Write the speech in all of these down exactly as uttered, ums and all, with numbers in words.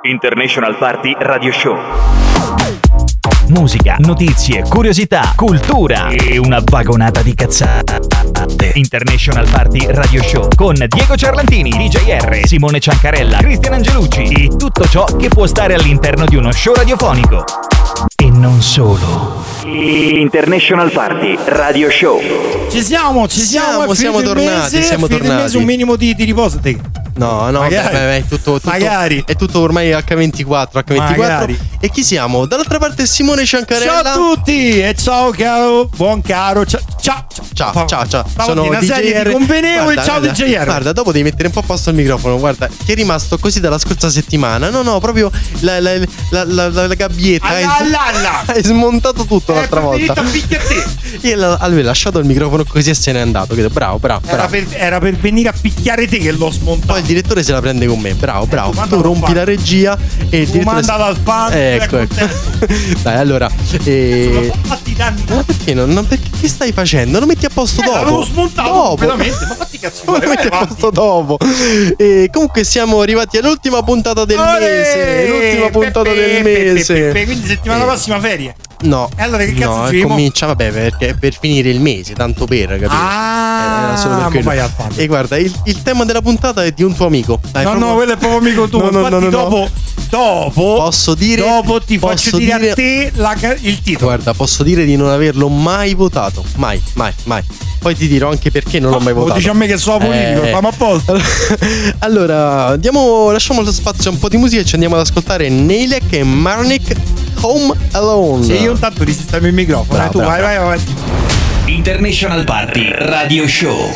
International Party Radio Show. Musica, notizie, curiosità, cultura e una vagonata di cazzate. International Party Radio Show con Diego Ciarlantini, D J R, Simone Ciancarella, Cristian Angelucci e tutto ciò che può stare all'interno di uno show radiofonico. E non solo. International Party Radio Show. Ci siamo, ci siamo, siamo, siamo tornati, mese, siamo fine tornati. mese, un minimo di, di riposo. Te. No, no, magari, beh, beh, è tutto, tutto, magari. È tutto ormai acca ventiquattro, acca ventiquattro. Magari. E chi siamo? Dall'altra parte Simone Ciancarella. Ciao a tutti e ciao caro, buon caro. Ciao, ciao, ciao, ciao, ciao. Sono D J R. Convenevole, guarda, ciao guarda, D J R. Guarda, dopo devi mettere un po' a posto il microfono. Guarda, che è rimasto così dalla scorsa settimana. No, no, proprio la, la, la, la, la, la gabbietta. Hai, hai smontato tutto eh, l'altra volta. A te. Io avevo lasciato il microfono così e se n'è andato. Bravo, bravo, bravo. Era per, era per venire a picchiare te che l'ho smontato. Poi il direttore se la prende con me. Bravo, bravo. Tu, tu rompi la regia e il direttore manda dal fan. Ecco, ecco. Dai, allora eh... fatti danni. Ma perché non, non perché che stai facendo? Lo metti a posto eh, dopo. L'avevo smontato dopo. completamente. Ma fatti cazzo. Lo metti a posto dopo. E comunque siamo arrivati all'ultima puntata del Olè! mese. L'ultima puntata pepe, del pepe, mese. pepe, quindi settimana eh. prossima ferie. No. E allora che cazzo no, facciamo? comincia, vabbè, perché per finire il mese, tanto per, capito? Ah, era solo per quello. vai al fan. E guarda, il, il tema della puntata è di un tuo amico. Dai, no, proprio... no, quello è proprio amico tuo. No, no, Infatti no, no, dopo, no. dopo posso dire dopo ti posso faccio dire, dire a te la, il titolo. Guarda, posso dire di non averlo mai votato. Mai, mai, mai. Poi ti dirò anche perché non no, l'ho mai votato. Dici a me che sono politico, eh. fammi apposta. Allora, andiamo, lasciamo lo spazio a un po' di musica e ci andiamo ad ascoltare Neilek e Marnik, Home Alone. Sì, io intanto risistemo il microfono. Bravo, tu bravo. vai, vai, vai. International Party Radio Show.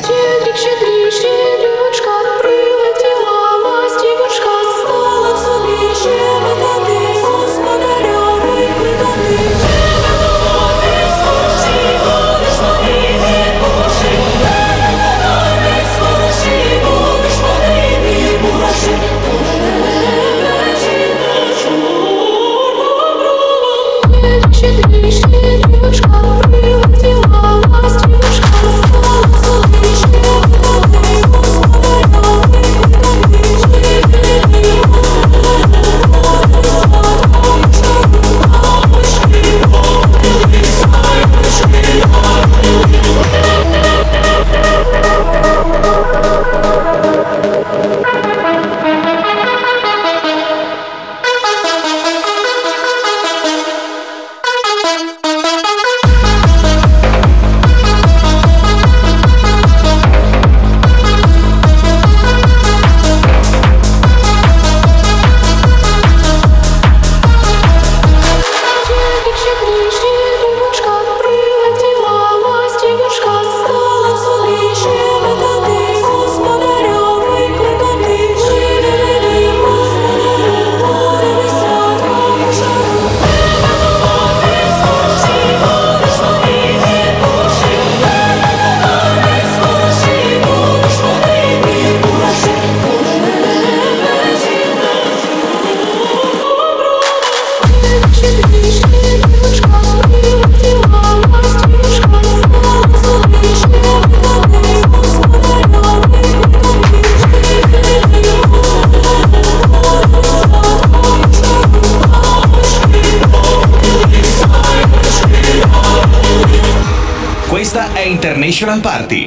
Questa è International Party.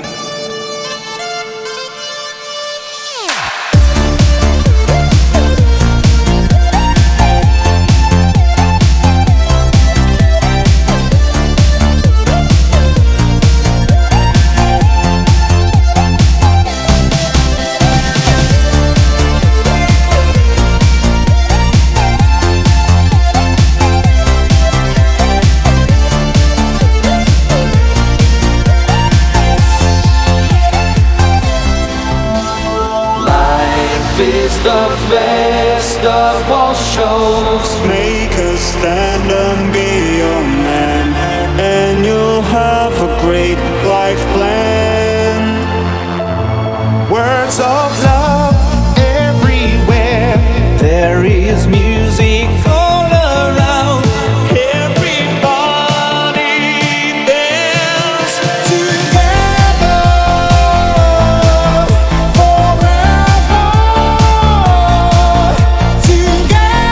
The best of all shows. Make a stand and be your man, and you'll have a great life plan. Words of love everywhere. There is music all around. Everybody dance together forever. Together.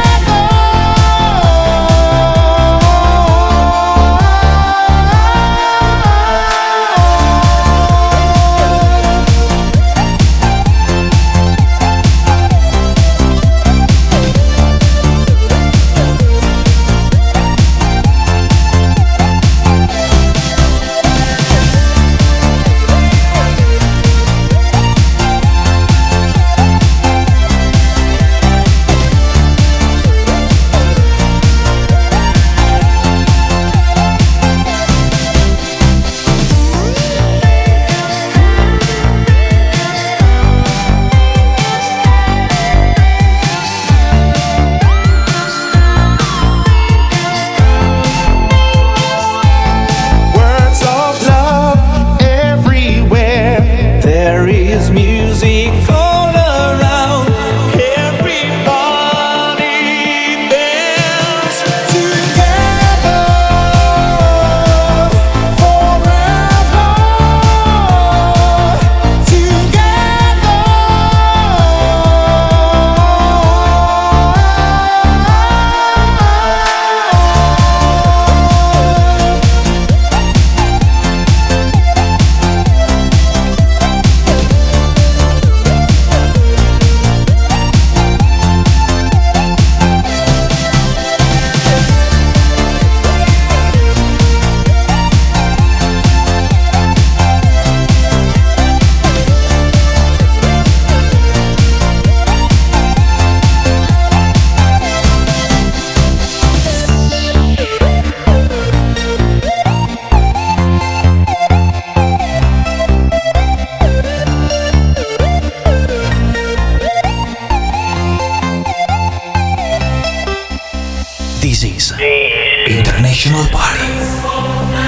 This is International Party.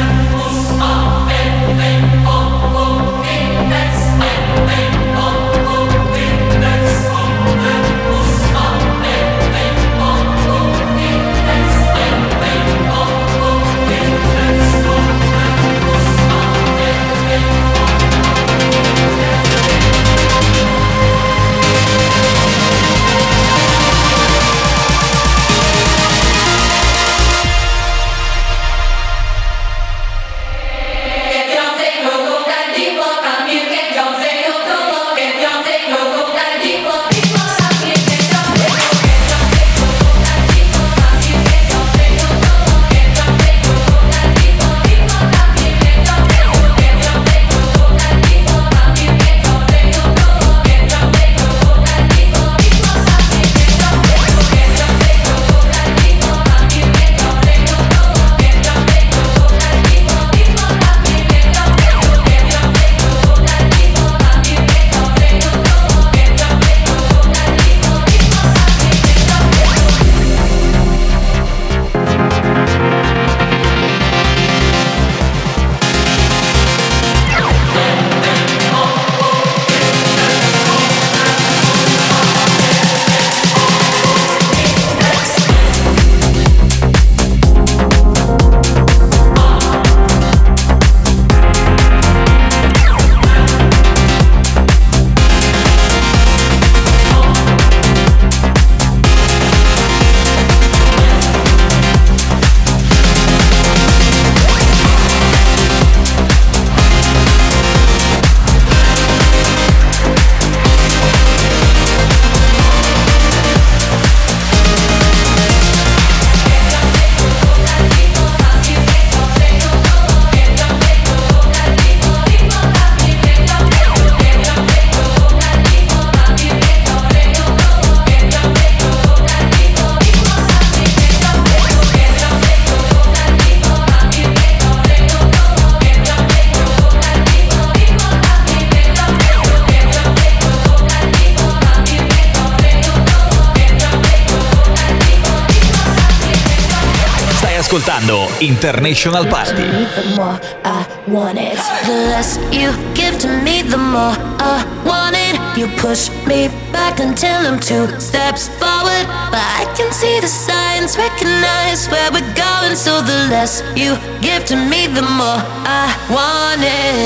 Ascoltando International Party. The more I want it, the less you give to me, the more I want it. You push me back until I'm two steps forward, but I can see the signs, recognize where we're going. So the less you give to me, the more I want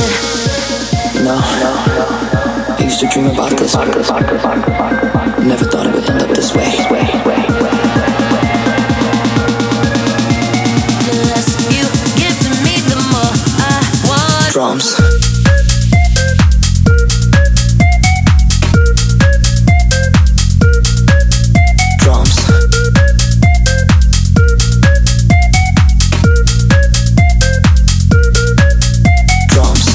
it. No, no, I used to dream about this. Never thought it would end up this way. Drums. Drums. Drums.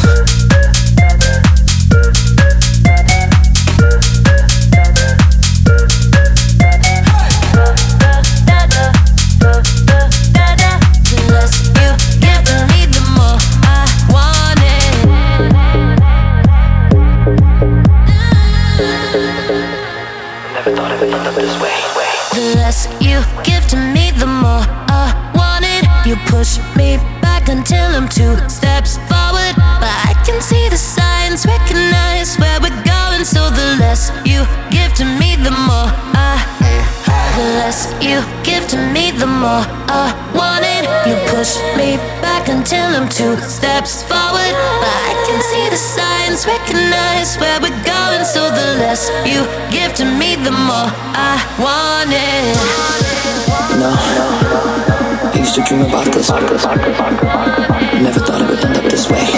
Push me back until I'm two steps forward, but I can see the signs, recognize where we're going. So the less you give to me, the more I, the less you give to me, the more I want it. You push me back until I'm two steps forward, but I can see the signs, recognize where we're going. So the less you give to me, the more I want it. No, no, I used to dream about this. Never thought it would end up this way.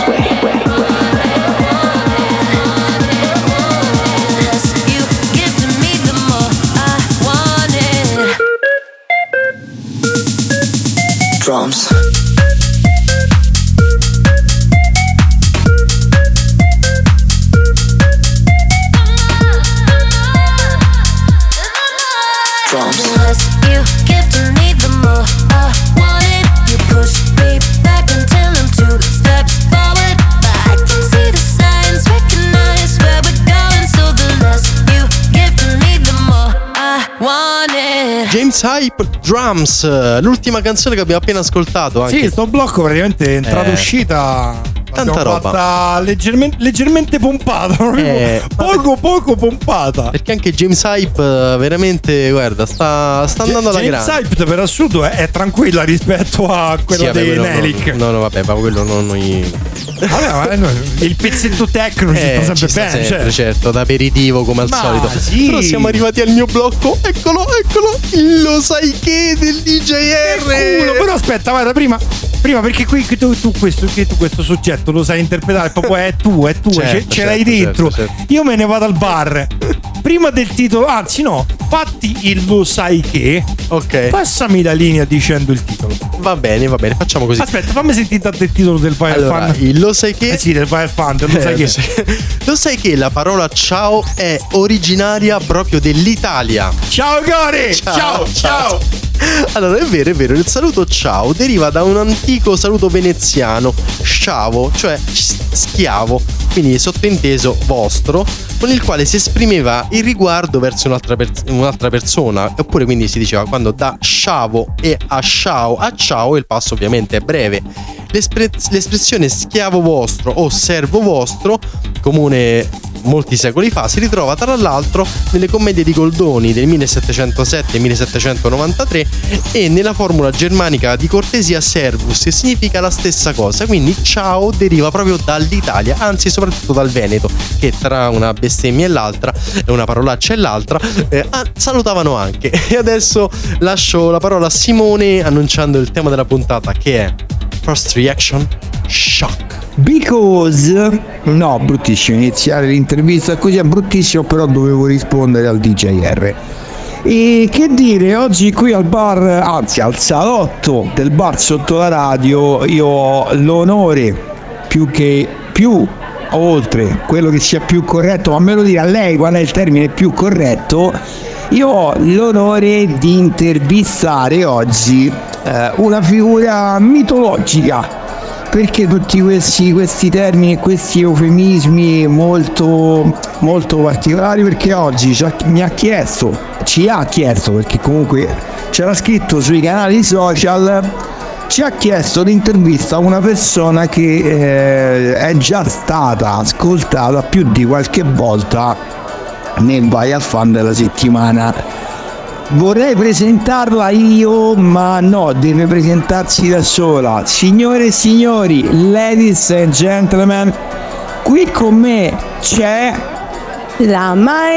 The less you give to me, the more I want it. Drums. The less you give to me, the more I want it. You push me back until I'm two steps forward, but I can see the signs, recognize where we're going. So the less you give to me, the more I want it. James Hype Drums, l'ultima canzone che abbiamo appena ascoltato. Anche. Sì, sto blocco praticamente entrata Eh. uscita. Tanta roba. Fatta leggermente, leggermente pompata, Eh, poco poco pompata. Perché anche James Hype eh, veramente, guarda, sta, sta andando alla James grande. Hype per assurdo è, è tranquilla rispetto a quella Sì, vabbè, dei quello Nelik. No, no, no, vabbè, ma quello non noi. Vabbè, ma no, il pezzetto tecno ci Eh, sta sempre ci sta bene, sempre, cioè. certo, da aperitivo come al Ma solito. sì. Però siamo arrivati al mio blocco. Eccolo, eccolo. Il lo sai che del D J R. Culo, però aspetta, guarda, prima Prima perché qui tu, tu, questo, che tu questo soggetto lo sai interpretare, proprio è tuo, è tuo, Certo, ce, ce certo, l'hai dentro. certo, certo. Io me ne vado al bar. Prima del titolo, anzi no, fatti il lo sai che. Ok. Passami la linea dicendo il titolo. Va bene, va bene, facciamo così. Aspetta, fammi sentire tanto il titolo del Fire Allora, Fan. il lo sai che. Eh sì, del Fire Fan, lo sai Eh, che. lo sai- Lo sai che la parola ciao è originaria proprio dell'Italia? Ciao Gori! Ciao, ciao! Allora, è vero, è vero, il saluto ciao deriva da un antico saluto veneziano, sciavo, cioè s- schiavo, quindi sottointeso vostro, con il quale si esprimeva il riguardo verso un'altra, pers- un'altra persona, oppure quindi si diceva quando da sciavo e a ciao a ciao il passo ovviamente è breve. L'espre- l'espressione schiavo vostro o servo vostro, comune molti secoli fa, si ritrova tra l'altro nelle commedie di Goldoni del millesettecentosette e millesettecentonovantatré e nella formula germanica di cortesia servus, che significa la stessa cosa, quindi ciao deriva proprio dall'Italia, anzi soprattutto dal Veneto, che tra una bestemmia e l'altra, una parolaccia e l'altra, eh, ah, salutavano anche. E adesso lascio la parola a Simone annunciando il tema della puntata, che è First Reaction Shock. Because no, bruttissimo iniziare l'intervista così, è bruttissimo, però dovevo rispondere al D J R. E che dire, oggi qui al bar, anzi al salotto del bar sotto la radio, io ho l'onore, più che più oltre quello che sia più corretto, ma me lo dire a lei qual è il termine più corretto. Io ho l'onore di intervistare oggi eh, una figura mitologica. Perché tutti questi, questi termini e questi eufemismi molto, molto particolari? Perché oggi ci ha, mi ha chiesto, ci ha chiesto, perché comunque c'era scritto sui canali social, ci ha chiesto l'intervista a una persona che eh, è già stata ascoltata più di qualche volta nel Viral Fan della settimana. Vorrei presentarla io, ma no, deve presentarsi da sola. Signore e signori, ladies and gentlemen, qui con me c'è la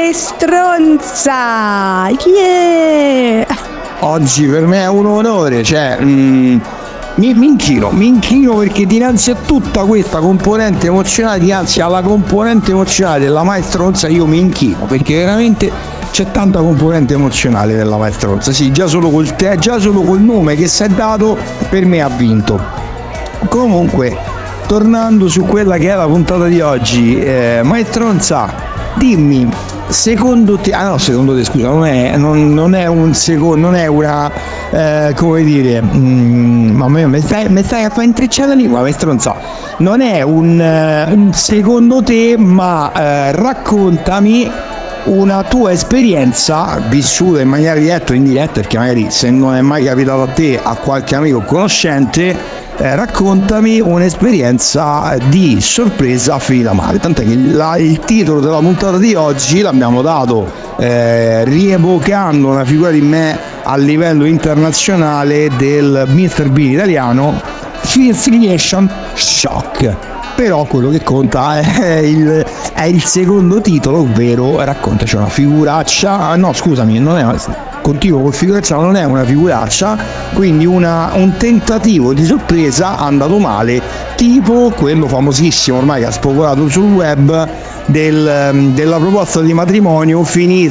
maestronza. Yeah! Oggi per me è un onore, cioè mm, mi, mi inchino, mi inchino perché dinanzi a tutta questa componente emozionale, dinanzi alla componente emozionale della maestronza, io mi inchino perché veramente c'è tanta componente emozionale della maestronza. Sì, già solo col te, già solo col nome che si è dato, per me ha vinto. Comunque, tornando su quella che è la puntata di oggi, eh, maestronza, dimmi, secondo te, ah no, secondo te, scusa, non è, non, non è un secondo, non è una, eh, come dire, mm, ma mi stai, mi stai a fare intrecciare la lingua, maestronza, non è un, uh, un secondo te, ma eh, raccontami una tua esperienza vissuta in maniera diretta o indiretta, perché magari se non è mai capitato a te, a qualche amico conoscente, eh, raccontami un'esperienza di sorpresa finita male. Tant'è che la, il titolo della puntata di oggi l'abbiamo dato eh, rievocando una figura di me a livello internazionale del mister Bean italiano, First Reaction Shock. Però quello che conta è il, è il secondo titolo, ovvero raccontaci una figuraccia. No, scusami, non è una, continuo col figuraccia, non è una figuraccia, quindi una, un tentativo di sorpresa andato male, tipo quello famosissimo ormai che ha spopolato sul web del, della proposta di matrimonio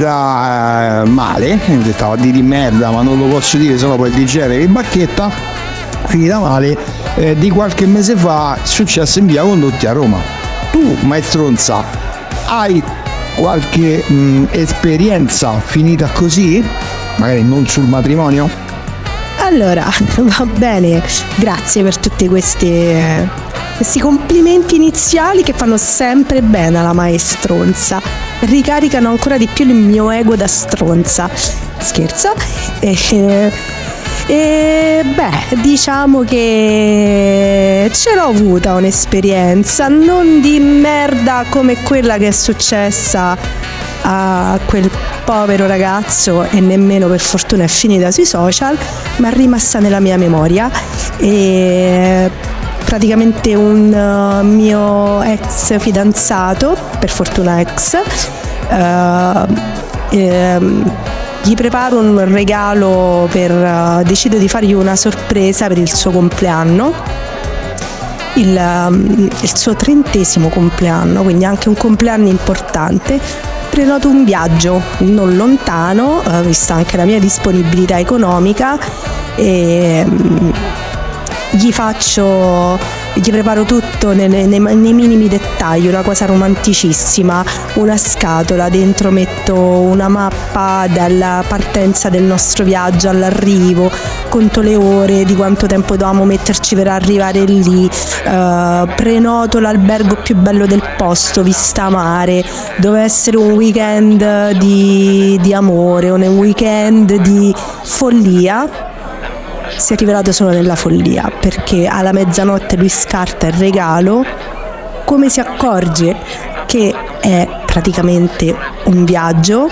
finita eh, male. Stavo a dire di merda, ma non lo posso dire, sennò poi il D J R di bacchetta. Finita male, eh, di qualche mese fa, successo in via Condotti a Roma. Tu, maestronza, hai qualche mh, esperienza finita così? Magari non sul matrimonio? Allora, va bene, grazie per tutti questi, questi complimenti iniziali che fanno sempre bene alla maestronza, ricaricano ancora di più il mio ego da stronza. scherzo. E, e beh, diciamo che ce l'ho avuta un'esperienza non di merda come quella che è successa a quel povero ragazzo, e nemmeno per fortuna è finita sui social, ma è rimasta nella mia memoria. E praticamente un uh, mio ex fidanzato, per fortuna ex, uh, ehm, gli preparo un regalo per uh, decido di fargli una sorpresa per il suo compleanno, il, um, il suo trentesimo compleanno, quindi anche un compleanno importante. Prenoto un viaggio non lontano, uh, vista anche la mia disponibilità economica, e um, gli faccio gli preparo tutto nei, nei, nei minimi dettagli, una cosa romanticissima, una scatola, dentro metto una mappa dalla partenza del nostro viaggio all'arrivo, conto le ore, di quanto tempo dovevamo metterci per arrivare lì, uh, prenoto l'albergo più bello del posto, vista mare, doveva essere un weekend di, di amore, un weekend di follia. Si è rivelato solo nella follia, perché alla mezzanotte lui scarta il regalo, come si accorge che è praticamente un viaggio,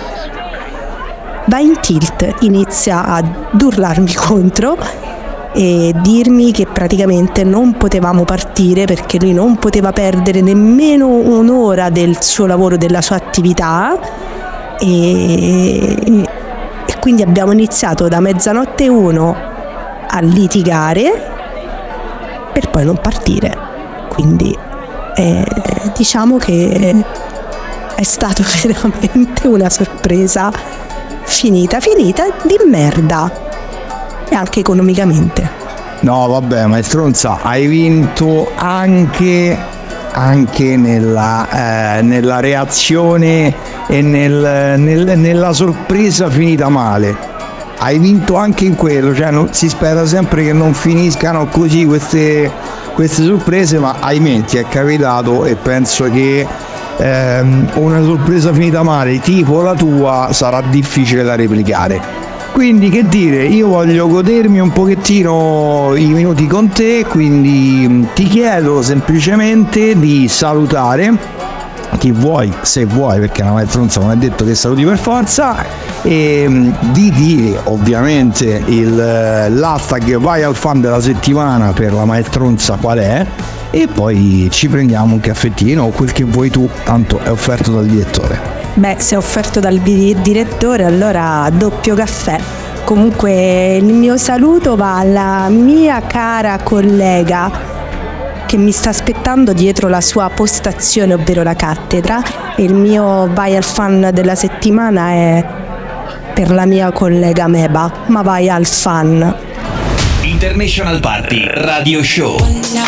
va in tilt, inizia ad urlarmi contro e dirmi che praticamente non potevamo partire perché lui non poteva perdere nemmeno un'ora del suo lavoro, della sua attività, e, e quindi abbiamo iniziato da mezzanotte uno a litigare per poi non partire. Quindi eh, diciamo che è stato veramente una sorpresa finita finita di merda, e anche economicamente. No vabbè, ma è stronza, hai vinto anche anche nella, eh, nella reazione e nel, nel, nella sorpresa finita male. Hai vinto anche in quello, cioè non, si spera sempre che non finiscano così queste, queste sorprese, ma ahimè ti è capitato, e penso che ehm, una sorpresa finita male tipo la tua sarà difficile da replicare. Quindi che dire, io voglio godermi un pochettino i minuti con te, quindi ti chiedo semplicemente di salutare chi vuoi, se vuoi, perché la maestronza non è detto che saluti per forza, e di dire ovviamente il, l'hashtag vai al fan della settimana per la maestronza qual è, e poi ci prendiamo un caffettino o quel che vuoi tu, tanto è offerto dal direttore. Beh, se è offerto dal direttore allora doppio caffè. Comunque il mio saluto va alla mia cara collega che mi sta aspettando dietro la sua postazione, ovvero la cattedra, e il mio vai al fan della settimana è per la mia collega Meba, ma vai al fan. International Party Radio Show.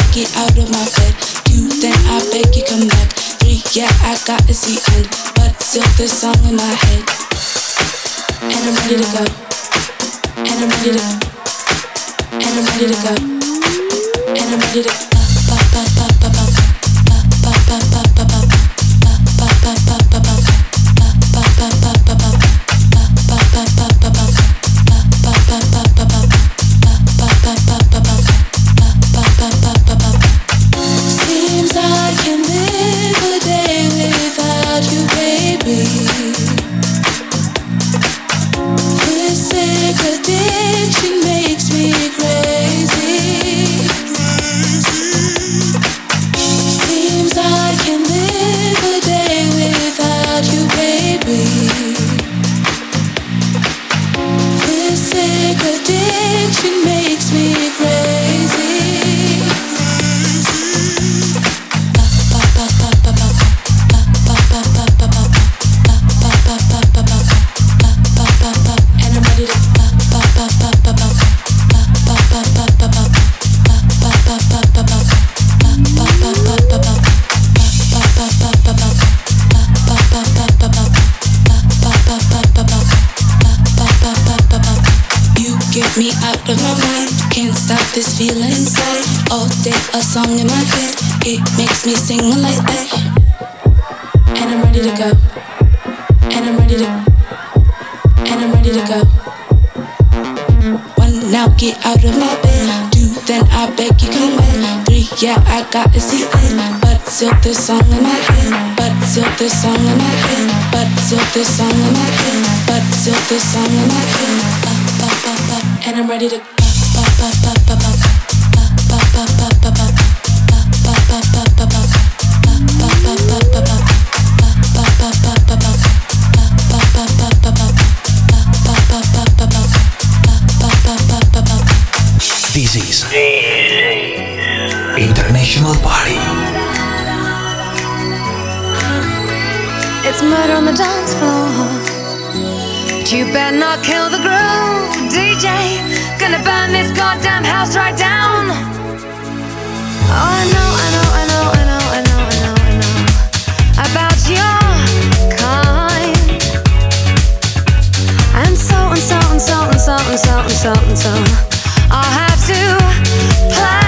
Me out of my mind, can't stop this feeling inside. All day a song in my head, it makes me sing like that. And I'm ready to go. And I'm ready to. And I'm ready to go. Now get out of my bed. Two, then I beg you come back. Three, yeah, I got a seat in. But still this song in my head. But still this song in my head. But still this song in my head. But still this song in my head. Up, up, up, up, and I'm ready to up, up, up, up, up, up, up, up, up, up, up, up. This is International Party. It's murder on the dance floor. But you better not kill the groove, D J. Gonna burn this goddamn house right down. Oh, I know, I know, I know, I know, I know, I know, I know about your kind. And so and so and so and so and so and so and so I'll have to play.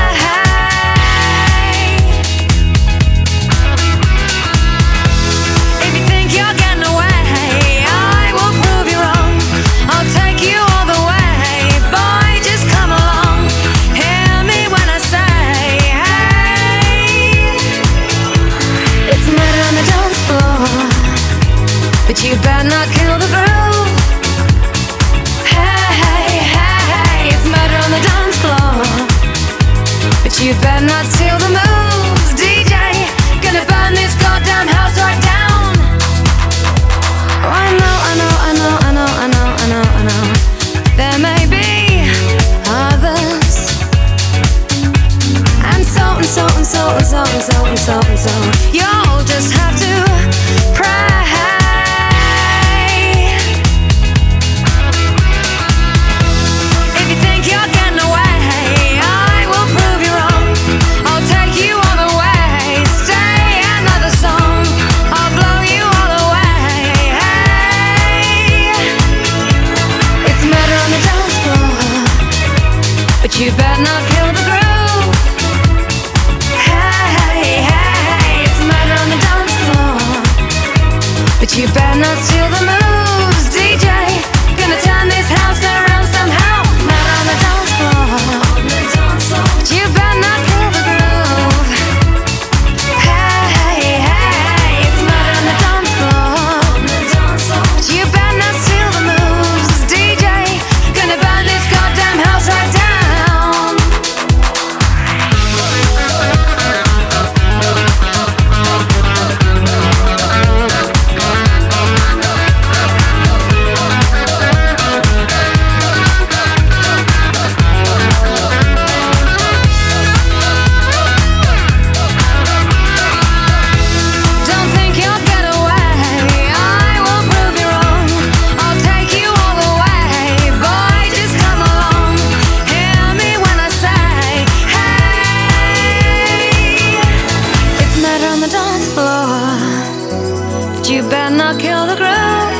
If you think you're getting away, I will prove you wrong. I'll take you all the way. Boy, just come along. Hear me when I say, hey. It's murder on the dance floor, but you better not kill the groove. Hey, hey, hey, hey. It's murder on the dance floor, but you better not steal the moves, D J. Gonna burn this goddamn house right down. Oh, I know, I know, I know, I know, I know, I know, I know. There may be others, and so and so and so and so and so and so and so. You'll just have to pray. If you think you're getting away, I will prove you wrong. I'll take you all the way. Stay another song. I'll blow you all away. Hey. It's murder on the dance floor, but you better not kill the groove. Hey, hey, hey. It's murder on the dance floor, but you better not steal the moves, D J. Gonna turn this house around somehow. Murder on the dance floor, but you better not kill the groove. Hey, hey, hey. It's murder on the dance floor, but you better not steal the moves, D J. Gonna burn this goddamn house right down. Don't think you'll get away, I will prove you wrong. I'll take you all the way. Boy, just come along. Hear me when I say, hey. It's murder on the dance floor, but you better not kill the groove.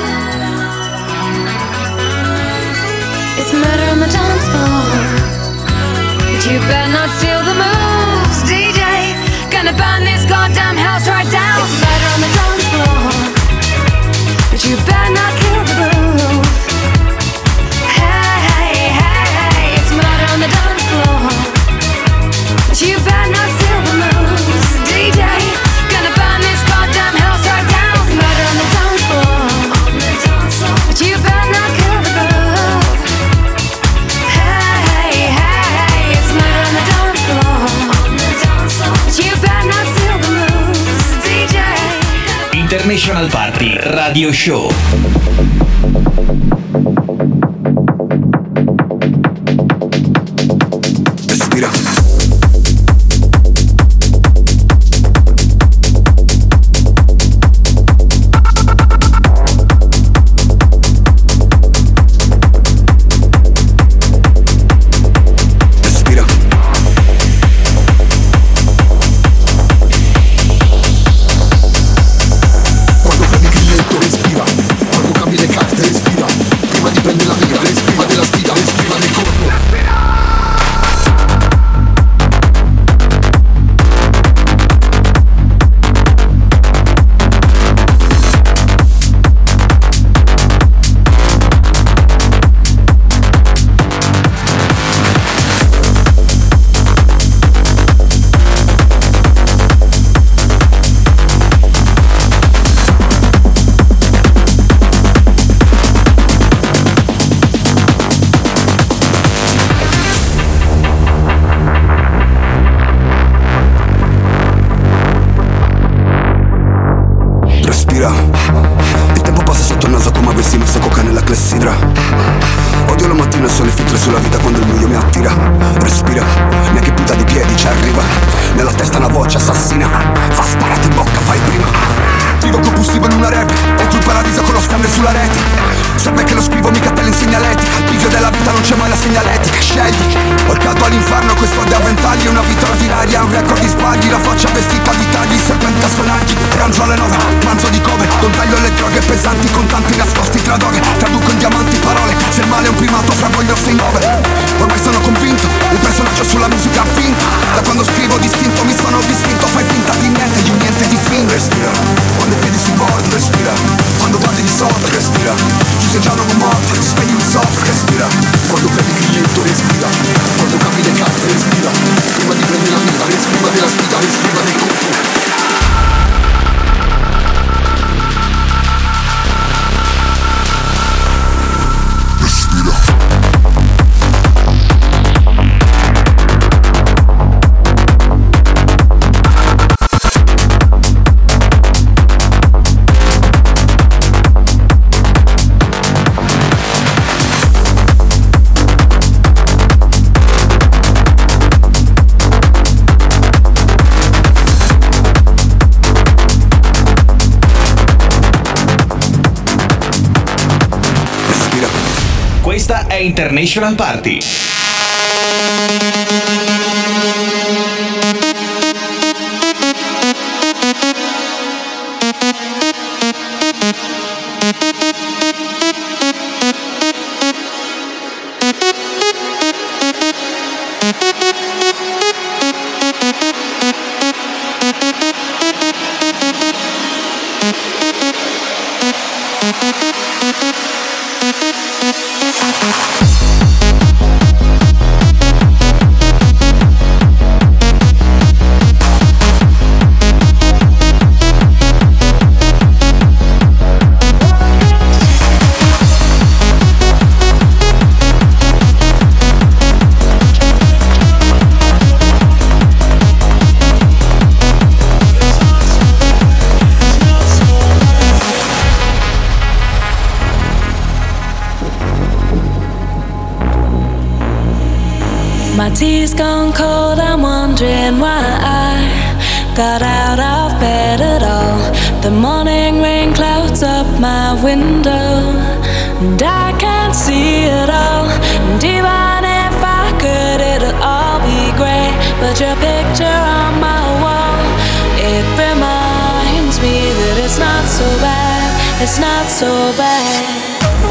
It's murder on the dance floor, but you better not steal the moves, D J. Gonna burn this goddamn house right down. It's murder on the dance floor, but you better not kill the groove. Hey, hey, hey, hey. It's murder on the dance floor, but you better not steal the moves, D J. Gonna burn this goddamn house right down. It's murder on the dance floor, but you better not kill the groove. Hey, hey, hey. It's murder on the dance floor, but you better not steal the moves, D J. International Party Radio Show. Respira. Respira. Quando prendi il grilletto respira, quando cambi le carte respira, prima di prendere la mira, prima della sfida, respira nel corpo. Immagino il sole filtra sulla vita quando il buio mi attira. Respira, neanche punta di piedi ci arriva. Nella testa una voce assassina, fa sparati in bocca, fai prima. Vivo compulsivo in una rap, entro il paradiso con lo scanner sulla rete. Serve che lo scrivo, mica te lo insegna l'etica. Il bivio della vita non c'è mai la segnaletica. Scegli, ho il caldo all'inferno, questo è a ventagli. Una vita ordinaria, un record di sbagli. La faccia vestita di tagli, serpenti a sonaggi. Ranzo alle nove, pranzo di cover. Non taglio le droghe pesanti, contanti nascosti tra doghe. Traduco in diamanti parole, se il male è un primato fra voglio sei nove. Ormai sono convinto, il personaggio sulla musica ha vinto. Da quando scrivo distinto mi sono distinto. Fai finta di niente, io niente di finto. Respira, quando piedi sul bordo, respira. Quando parli di soldi, respira. Ci sei già nuovo morto, ti spegni un soft, respira. Quando prendi il biglietto, respira. Quando cambi le carte, respira. Prima di prendere la vita, respira della sfida, respira del colpo. Questa è International Party. My tea's gone cold, I'm wondering why I got out of bed at all. The morning rain clouds up my window, and I can't see it all. And even if I could, it'll all be grey. But your picture on my wall, it reminds me that it's not so bad, it's not so bad.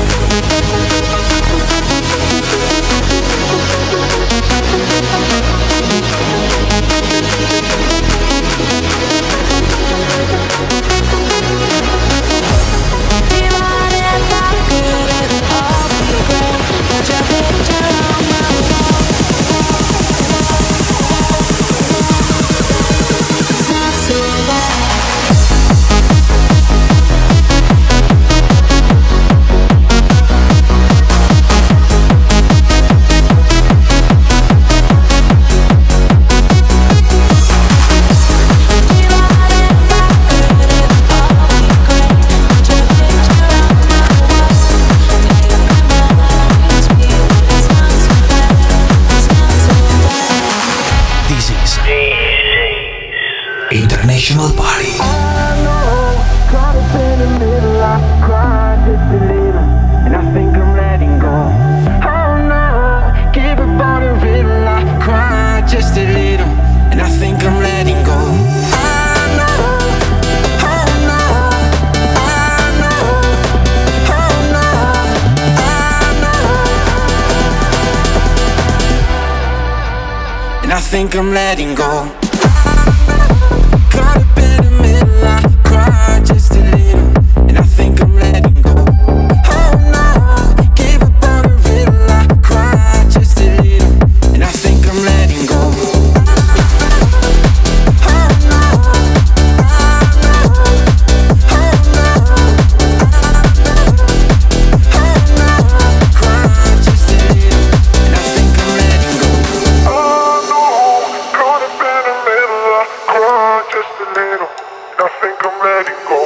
International Party. I think I'm letting go. Caught up in the middle, I cried just a little, and I think I'm letting go. Oh no, gave up on the riddle, I cried just a little, and I think I'm letting go. Oh no, oh no, oh no, oh no, cried just a little, and I think I'm letting go. Oh no, caught up in the middle, I cried just a little, and I think I'm letting go.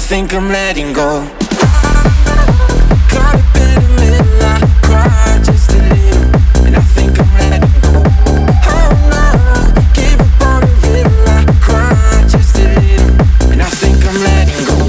think I'm letting go. Caught up in the middle, I cry just a little, and I think I'm letting go. Oh no, give up on the riddle, I cry just a little, and I think I'm letting go.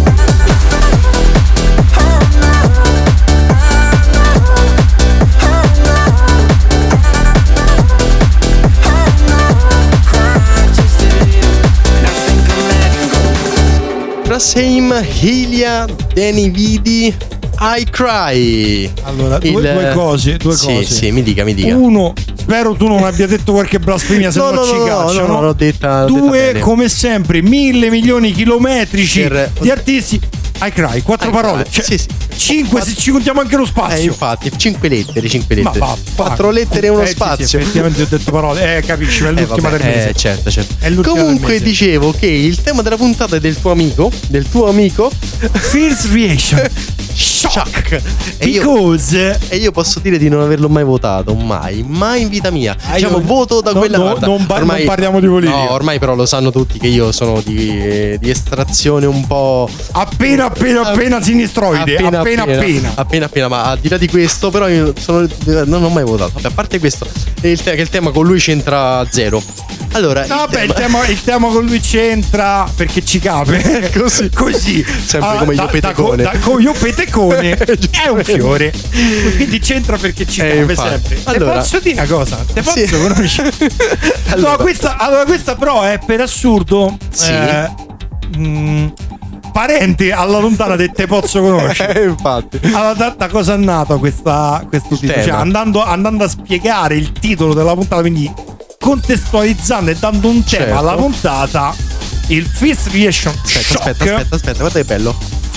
Same Hilia Danny Vidi I Cry. Allora, Il... due, due cose, due sì, cose. Sì, mi dica, mi dica. Uno, spero tu non abbia detto qualche blasfemia, se no, no, no, ci no, cacciano. No, no, l'ho detta. L'ho Due, detta come sempre, mille milioni chilometrici per... di artisti. I Cry, quattro I parole. Cioè, sì, sì. Cinque se ci contiamo anche lo spazio. Eh, infatti, cinque lettere, cinque lettere. Ma va, quattro lettere e uno eh, spazio. Sì, sì, effettivamente ho detto parole. Eh, capisci, è l'ultima eh, vabbè, del mese. Eh, certo, certo. È l'ultima Comunque del mese. dicevo che il tema della puntata è del tuo amico, del tuo amico First Reaction. Shock. E Because io, e io posso dire di non averlo mai votato, mai, mai in vita mia. Ah, diciamo, io, voto da no, quella no, guarda, non, par- ormai, non parliamo di politica. No, ormai però lo sanno tutti che io sono di, di estrazione un po' appena appena appena sinistroide. Appena appena appena. Appena appena, ma al di là di questo, però io sono, non ho mai votato. Vabbè, a parte questo, il te- che il tema con lui c'entra zero. Allora, no, il, beh, tema... il, tema, il tema con lui c'entra perché ci cape. Così. Così. Sempre ah, come da, io petecone. Da, da, come io petecone è un fiore. Quindi c'entra perché ci eh, cape infatti. sempre. Allora, te posso dire una cosa? Te posso sì. conoscere? allora. No, questa, allora, questa però è per assurdo. Sì. Eh, mh, parente alla lontana del te posso conoscere. Eh, infatti. Allora, da, da cosa è nato questa, questo titolo? Cioè, andando, andando a spiegare il titolo della puntata, quindi contestualizzando e dando un tema certo. alla puntata, il First Reaction aspetta, Shock. aspetta, aspetta, aspetta, guarda che bello.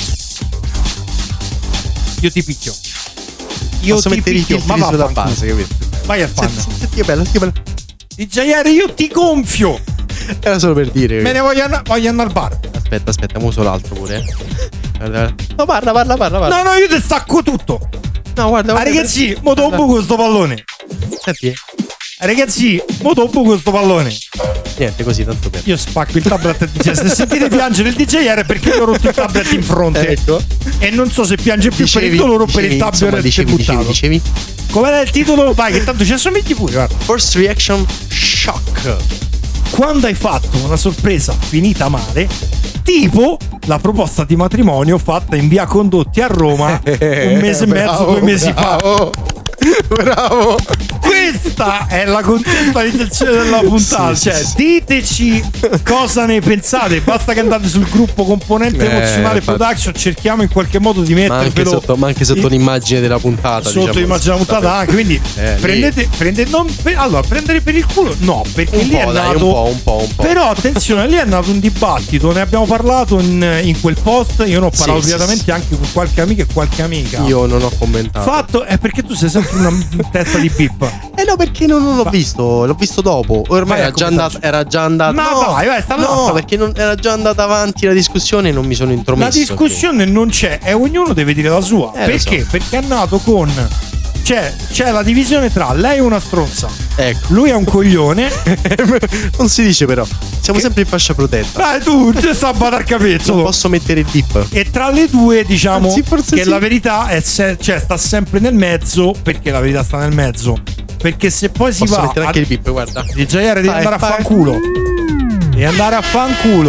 Io ti picchio. Io Posso ti mettere picchio, i ma filtri va sulla base, capito? vai a fanno. Senti che bello, che bello. D J R, io ti gonfio. Era solo per dire. Me ne voglio, an- voglio andare al bar. Aspetta, aspetta, uso l'altro pure. Guarda, guarda. No, parla, parla, parla, parla. No, no, io ti stacco tutto. No, guarda, Ah, guarda. ragazzi, mo to buco sto pallone. Senti. Ragazzi, mo to buco sto pallone. Niente, così tanto per. Io spacco il tablet D J. Se sentite piangere il D J R è perché io ho rotto il tablet in fronte. Ecco. E non so se piange più Dicevi, per il dolore o per dicevi, il tablet insomma, dicevi, buttato. dicevi, dicevi. Com'era il titolo? Vai, che tanto ci assomigli pure, guarda. First Reaction Shock. Quando hai fatto una sorpresa finita male, tipo la proposta di matrimonio fatta in via Condotti a Roma un mese e mezzo, bravo, due mesi bravo. fa. Bravo. Questa è la contestualizzazione della puntata. Sì, cioè, sì, sì. diteci cosa ne pensate. Basta che andate sul gruppo Componente Eh, Emozionale infatti. Production. Cerchiamo in qualche modo di Ma anche mettervelo sotto, ma anche sotto in- l'immagine della puntata. sotto diciamo. l'immagine della puntata anche. Quindi Eh, lì. prendete, prendete non per- allora prendere per il culo no, perché Un lì è po', dai, nato un po', un po', un po'. però attenzione, lì è nato un dibattito. Ne abbiamo parlato in, in quel post. Io ne ho parlato Sì, sì, privatamente sì. anche con qualche amico e qualche amica. Io non ho commentato. Fatto è perché tu sei sempre una testa di pip. Eh no, perché non, non l'ho Va. visto, l'ho visto dopo. Ormai Vai a era già, commentarci. andata, era già andata. Ma no, vai, vai, sta là, no sta. perché non, era già andata avanti la discussione e non mi sono La intromesso. discussione non c'è e ognuno deve dire la sua. Eh, lo Perché? so. Perché è nato con. C'è, c'è la divisione tra lei è una stronza, Ecco. lui è un coglione. Non si dice però. Siamo sempre in fascia protetta. Dai tu, ti sta a badare il Non capezzolo. posso mettere il dip. E tra le due diciamo Anzi, forse che sì. la verità è se- cioè, sta sempre nel mezzo. Perché la verità sta nel mezzo? Perché se poi si Posso va mettere a- anche il bip, guarda. D J R devi Vai, andare a vai. fanculo. Devi andare a fanculo.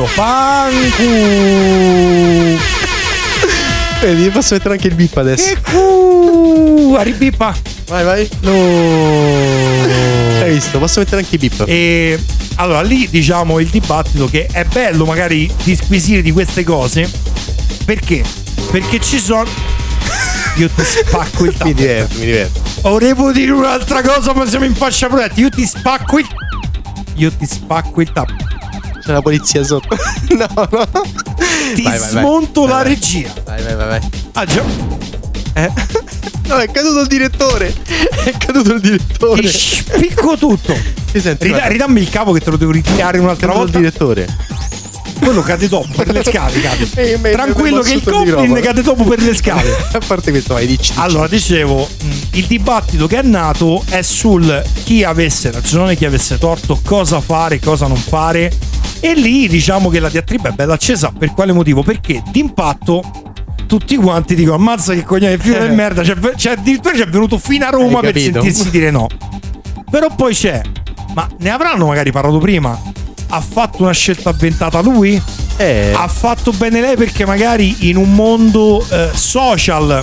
Fanculo. Vedi, posso mettere anche il bip adesso. Che cu. Arribippa. Vai, vai. No. Hai visto? Posso mettere anche i bip. E allora lì diciamo il dibattito che è bello magari disquisire di queste cose. Perché? Perché ci sono. Io ti spacco il Mi tablet. diverto, mi diverto. Volevo dire un'altra cosa, ma siamo in fascia protetta. Io ti spacco il. Io ti spacco il tablet. C'è la polizia sotto. No, no. Ti Vai, vai, vai. smonto Vai, la vai. regia. Vai, vai, vai, vai. Ah già. Eh? No, è caduto il direttore. È caduto il direttore. Ti spicco tutto. Ti senti? Rida- guarda, ridammi il capo che te lo devo ritirare è un'altra caduto il volta. direttore. Quello cade dopo per le scale, cade. E mi- Tranquillo mi- che il sotto il goblin microfono. cade dopo per le scale. A parte questo, vai, dici. dici. Allora, dicevo, mh, il dibattito che è nato è sul chi avesse ragione, chi avesse torto, cosa fare, cosa non fare. E lì diciamo che la diatriba è bella accesa. Per quale motivo? Perché d'impatto tutti quanti dicono ammazza che coglione figlio del merda, cioè, cioè addirittura ci è venuto fino a Roma per sentirsi dire no. Però poi c'è, ma ne avranno magari parlato prima? Ha fatto una scelta avventata lui? Eh. Ha fatto bene lei perché magari in un mondo eh, social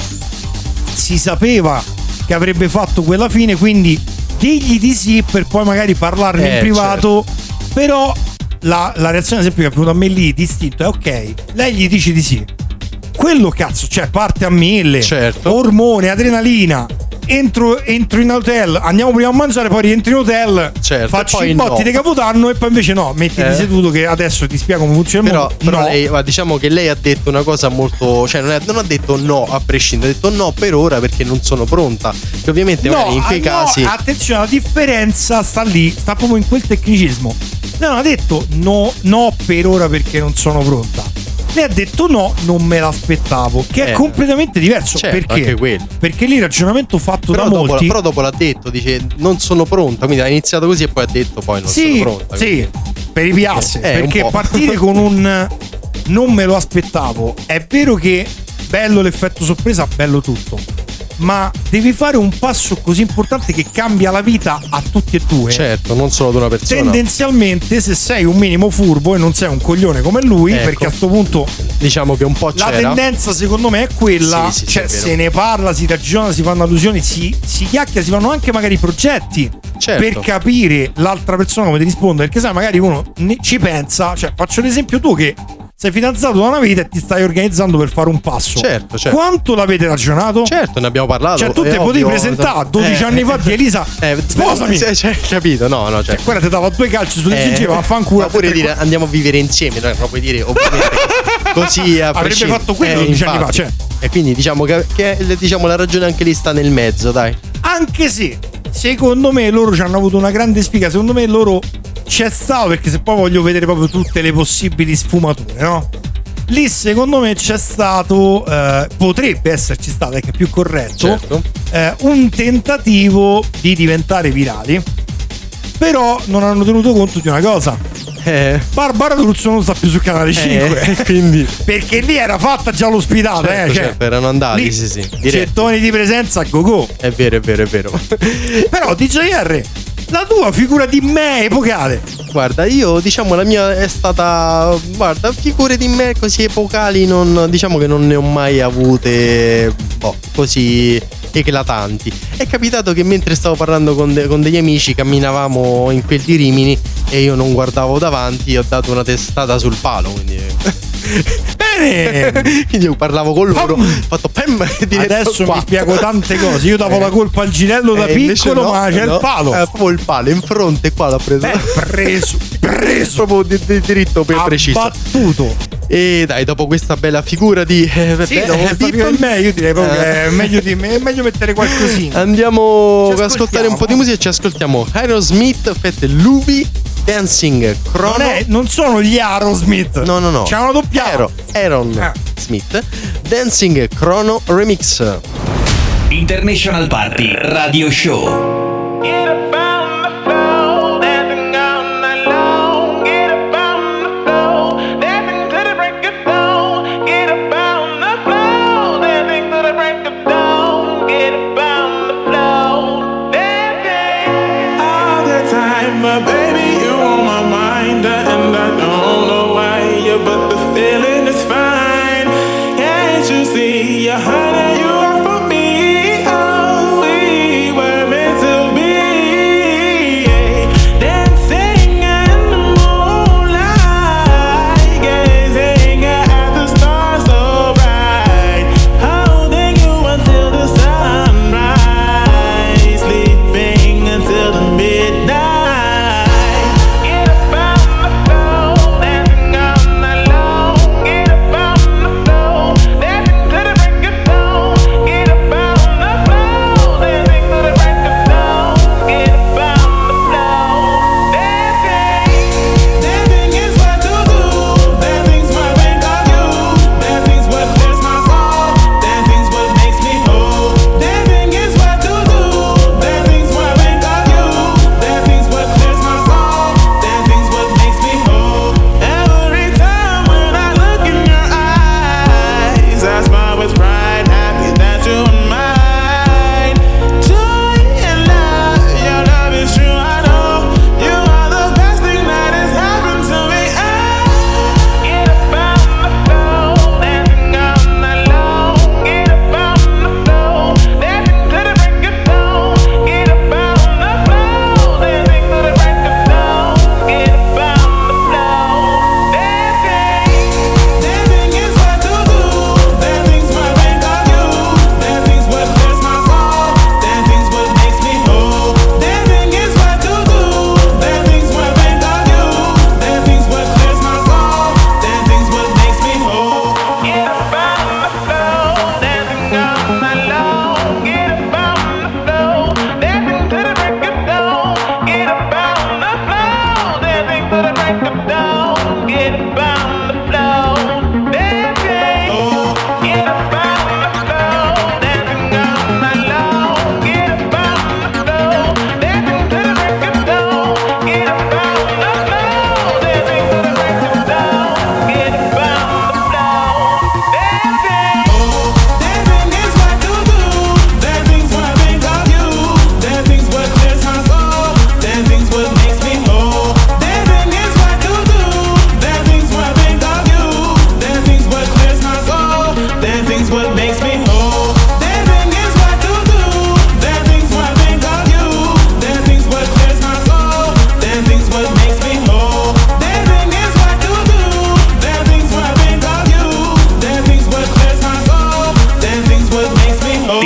si sapeva che avrebbe fatto quella fine, quindi digli di sì per poi magari parlarne Eh, in privato. Però la, la reazione ad esempio che è venuta a me lì distinto è ok, lei gli dice di sì, quello cazzo, cioè parte a mille, certo. ormone, adrenalina, entro, entro in hotel, andiamo prima a mangiare, poi rientro in hotel, certo, faccio poi i botti no. di Capodanno e poi invece no, mettiti Eh. seduto che adesso ti spiego come funziona il Però, mondo. però no. lei, ma diciamo che lei ha detto una cosa molto, cioè non, è- non ha detto no a prescindere, ha detto no per ora perché non sono pronta. Che ovviamente No, magari in quei ah, no, casi attenzione, la differenza sta lì, sta proprio in quel tecnicismo. Lei non ha detto no, no per ora perché non sono pronta. Lei ha detto no, non me l'aspettavo, che è Eh, completamente diverso. certo, perché? anche quello. Perché lì il ragionamento fatto però da dopo, molti. però dopo l'ha detto, dice non sono pronta, quindi ha iniziato così e poi ha detto poi non sì, sono pronta. sì, quindi- per i piasse. Eh, un perché po'. partire con un non me lo aspettavo, è vero che bello l'effetto sorpresa, bello tutto, ma devi fare un passo così importante che cambia la vita a tutti e due. Certo, non solo ad una persona. Tendenzialmente, se sei un minimo furbo e non sei un coglione come lui, Ecco. perché a sto punto diciamo che un po' la c'era. tendenza secondo me è quella, Sì, sì, sì, cioè è vero. se ne parla, si ragiona, si fanno allusioni, si, si chiacchiera, si fanno anche magari progetti Certo. per capire l'altra persona come ti risponde, perché sai magari uno ne- ci pensa, cioè faccio l'esempio tu che sei fidanzato da una vita e ti stai organizzando per fare un passo. Certo, certo. Quanto l'avete ragionato? Certo, ne abbiamo parlato. Cioè tu è te potevi ovvio. presentare dodici Eh, anni fa di Elisa, eh, sposami. eh, cioè, capito? No, no, cioè. Quella ti dava due calci sulle Eh, gingive, vaffanculo. ma pure dire andiamo a vivere insieme, no, non puoi dire ovviamente così a Avrebbe prescindere. fatto quello Eh, dodici anni fa, infatti. cioè. E quindi diciamo che, che diciamo, la ragione anche lì sta nel mezzo, dai. Anche se secondo me loro ci hanno avuto una grande sfiga. Secondo me loro c'è stato, perché se poi voglio vedere proprio tutte le possibili sfumature, no? Lì secondo me c'è stato, eh, potrebbe esserci stato, che è più corretto, Certo. eh, un tentativo di diventare virali. Però non hanno tenuto conto di una cosa. Eh. Barbara D'Urso non sta più sul canale cinque. Eh, quindi Perché lì era fatta già l'ospitata, certo, eh, cioè, certo, erano andati, lì sì, sì. Diretti. gettoni di presenza a go-go. È vero, è vero, è vero. Però D J R, la tua figura di me è epocale. Guarda, io diciamo la mia è stata, guarda, figure di me così epocali non, diciamo che non ne ho mai avute, boh, così eclatanti. È capitato che mentre stavo parlando con, de- con degli amici camminavamo in quel di Rimini e io non guardavo davanti, ho dato una testata sul palo, quindi Bene. quindi io parlavo con loro, ho fatto pem, diretto Adesso qua. mi spiego tante cose. Io davo Eh. la colpa al girello da Eh, invece piccolo, no, ma c'è no, il palo. Eh, proprio il palo in fronte qua l'ho preso. Beh, preso, preso. Proprio di, di diritto per preciso. Battuto. E dai, dopo questa bella figura di eh, Sì, beh, dopo eh, questa Pippo, figura di me, io direi proprio Eh. che è meglio, di, è meglio mettere qualcosina. andiamo Ci ad ascoltare un po' di musica e ci ascoltiamo Aerosmith, Fette Lubi, Dancing Chrono. Non, è, non sono gli Aerosmith. No, no, no. C'è una doppia. Aero, Aaron Ah. Smith, Dancing Chrono Remix. International Party Radio Show. You hurt and you are for me. Oh, we were meant to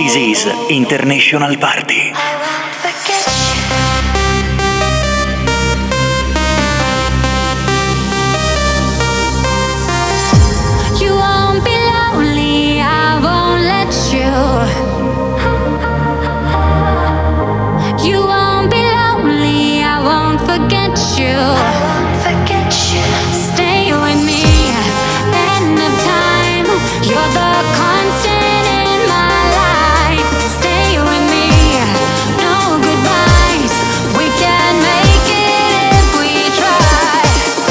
This is International Party. You won't be lonely, I won't let you. You won't be lonely, I won't forget you. Forget you. Stay with me, end of time. You're the constant in my life. Stay with me, no goodbyes. We can make it if we try.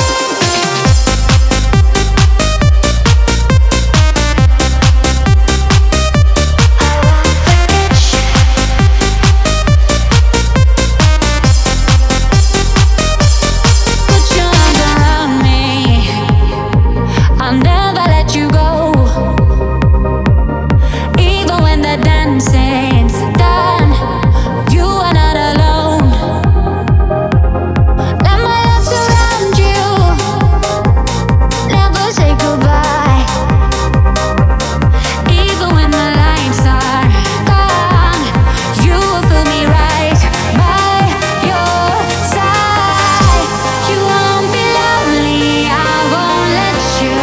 Put your arms around me, I'll never let you go. Even when the dancing's done, you are not alone. Let my love surround you, never say goodbye. Even when the lights are gone, you will feel me right by your side. You won't be lonely, I won't let you.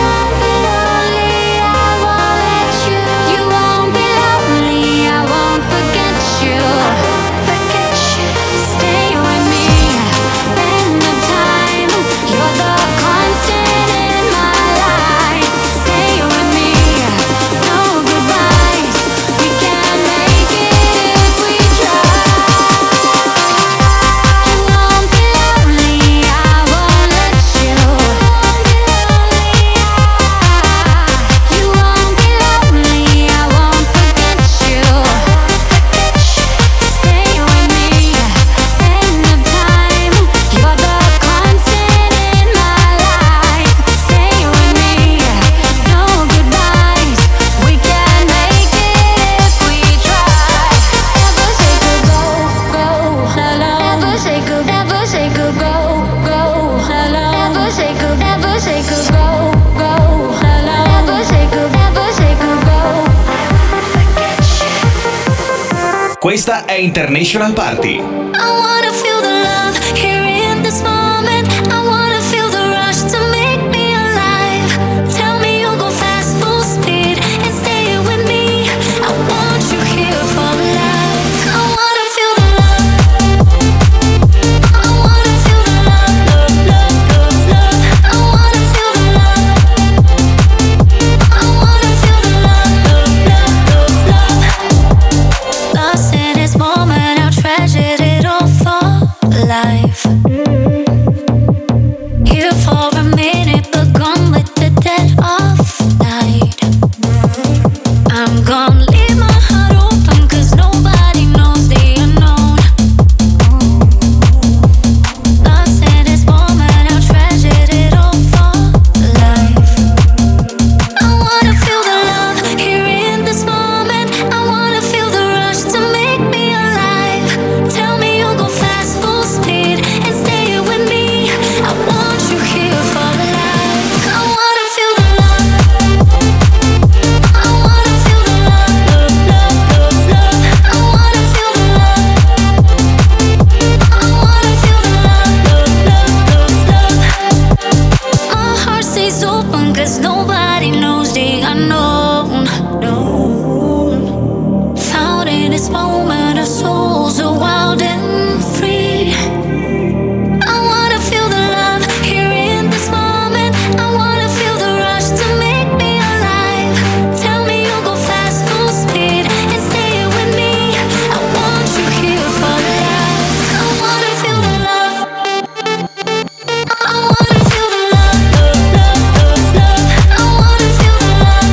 I won't let you. You won't be lonely, I won't forget you. Forget you. Stay with me, end of time. You're the constant in my life. Stay with me, no goodbyes. We can make it if we try. You won't be lonely, I won't let you. You won't be lonely, I won't forget you. Stay with me, end of time. You're the constant in my life. Stay with me, no goodbyes. We can make it if we try. Never say goodbye, go, hello. Never say good, never say good, go, go, hello. Never say good, never say good, go, go, hello. Never say good, never say good, go. Forget you. Questa è International Party. I wanna feel the love here in this moment. I wanna feel the rush to make me alive. Tell me you'll go fast, full speed, and stay with me. I want you here for life. I wanna feel the love. I wanna feel the love, love, love, love, love. I wanna feel the love. I wanna feel the love, love, love, love, love. Lost in this moment, I'll treasure it all for life. Here for a minute, but gone with the dead of night. I'm gonna leave my heart open, cause nobody knows the unknown. Lost in this moment, I'll treasure it all for life. I wanna feel the love here in this moment. I wanna feel the rush to make me alive. Tell me you'll go fast, full speed, and stay with me. I want you here for life. I wanna feel the love. I wanna feel the love, love, love, love, love. I wanna feel the love. I wanna feel the love, love, love, love, love. My heart stays open, cause nobody knows the unknown. No. Found in this moment, our souls are wild and free. I wanna feel the love here in this moment. I wanna feel the rush to make me alive. Tell me you'll go fast, full speed, and stay with me. I want you here for life. I wanna feel the love. I wanna feel the love, love, love, love, love. I wanna feel the love.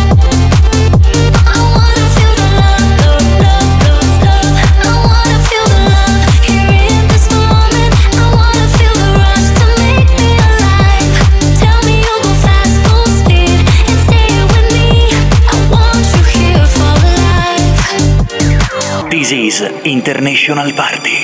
I wanna feel the love, love, love, love, love. I wanna feel the love here in this moment. I wanna feel the rush to make me alive. Tell me you'll go fast, full speed, and stay with me. I want you here for life. This is International Party.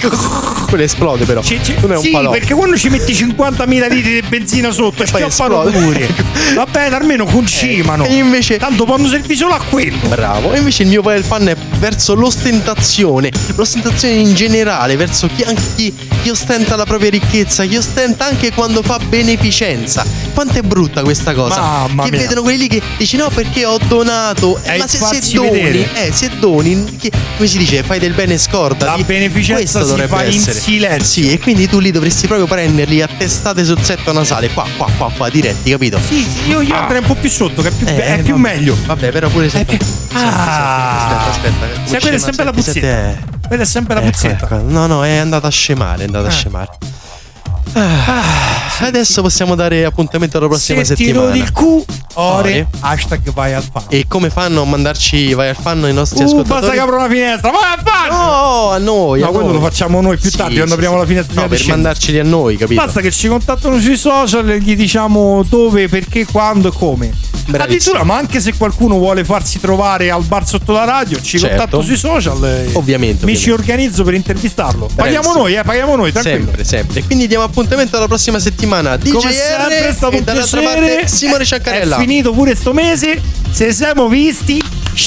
quello esplode però. C- c- non è un sì, falò. perché quando ci metti cinquantamila litri di benzina sotto, schioppano pure. Va bene, almeno concimano. E invece tanto quando servi solo a quello. Bravo. E invece il mio vai al fan è verso l'ostentazione. L'ostentazione in generale, verso chi, anche chi, chi ostenta la propria ricchezza, chi ostenta anche quando fa beneficenza. Quanto è brutta questa cosa. Mamma che mia. vedono quelli lì che dici no perché ho donato. Eh, ma se, se doni, vedere. eh, se doni, che, come si dice, fai del bene scorda. La beneficenza Questo si dovrebbe fa in essere. silenzio. Sì, e quindi tu li dovresti proprio prenderli a testate sul setto nasale, qua, qua, qua, qua, diretti, capito? Sì, sì, io, io andrei un po' più sotto, che è più, Eh, è più vabbè. meglio. Vabbè, però pure se. Ah, aspetta, aspetta. Sai, quella è sempre la puzzetta. Quella è sempre la Ecco, puzzetta. ecco. No, no, è andata a scemare, è andata a Ah. scemare. Ah, adesso possiamo dare appuntamento alla prossima Se ti settimana. rodi il cu, ore, Ore. hashtag vai al fan. E come fanno a mandarci vai al fan i nostri Uh, ascoltatori? basta che apro una finestra, vai al fan! No, a noi. No, a quello noi. lo facciamo noi più Sì, tardi, sì, quando apriamo sì. la finestra. No, prima per di scendere. mandarceli a noi, capito? Basta che ci contattano sui social e gli diciamo dove, perché, quando e come. Addirittura, ma anche se qualcuno vuole farsi trovare al bar sotto la radio, ci Certo. contatto sui social. E Ovviamente, Mi ovviamente. ci organizzo per intervistarlo. Paghiamo Bravissimo. noi, eh, paghiamo noi, tranquillo. Sempre, sempre. E quindi diamo appuntamento alla prossima settimana. D J Come sempre è R stato e un dall'altra piacere. parte Simone Ciaccarella. È finito pure sto mese. Se siamo visti,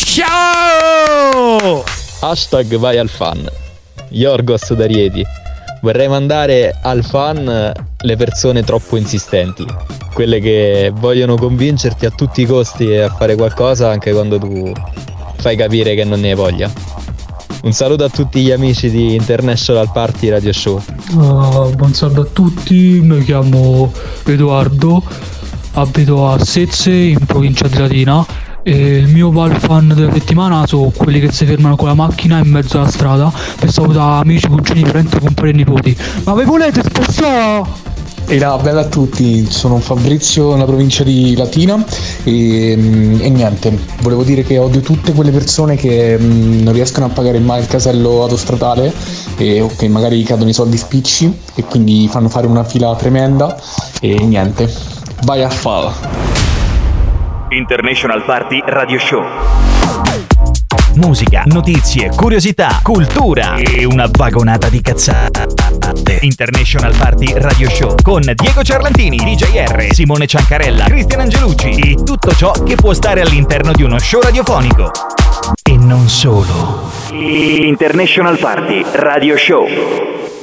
ciao! Hashtag vai al fan. Yorgos da Rieti. Vorrei mandare al fan le persone troppo insistenti, quelle che vogliono convincerti a tutti i costi a fare qualcosa anche quando tu fai capire che non ne hai voglia. Un saluto a tutti gli amici di International Party Radio Show. Uh, buon salve a tutti, mi chiamo Edoardo, abito a Sezze in provincia di Latina e il mio val fan della settimana sono quelli che si fermano con la macchina in mezzo alla strada per salutare amici, cugini, parenti, compari e nipoti. Ma vi volete spostare? E là, bella a tutti, sono Fabrizio nella provincia di Latina e, e niente, volevo dire che odio tutte quelle persone che mh, non riescono a pagare mai il casello autostradale e o che magari cadono i soldi spicci e quindi fanno fare una fila tremenda e niente, vai a fare. International Party Radio Show. Musica, notizie, curiosità, cultura e una vagonata di cazzate. International Party Radio Show con Diego Ciarlantini, D J R, Simone Ciancarella, Cristian Angelucci e tutto ciò che può stare all'interno di uno show radiofonico. E non solo. International Party Radio Show.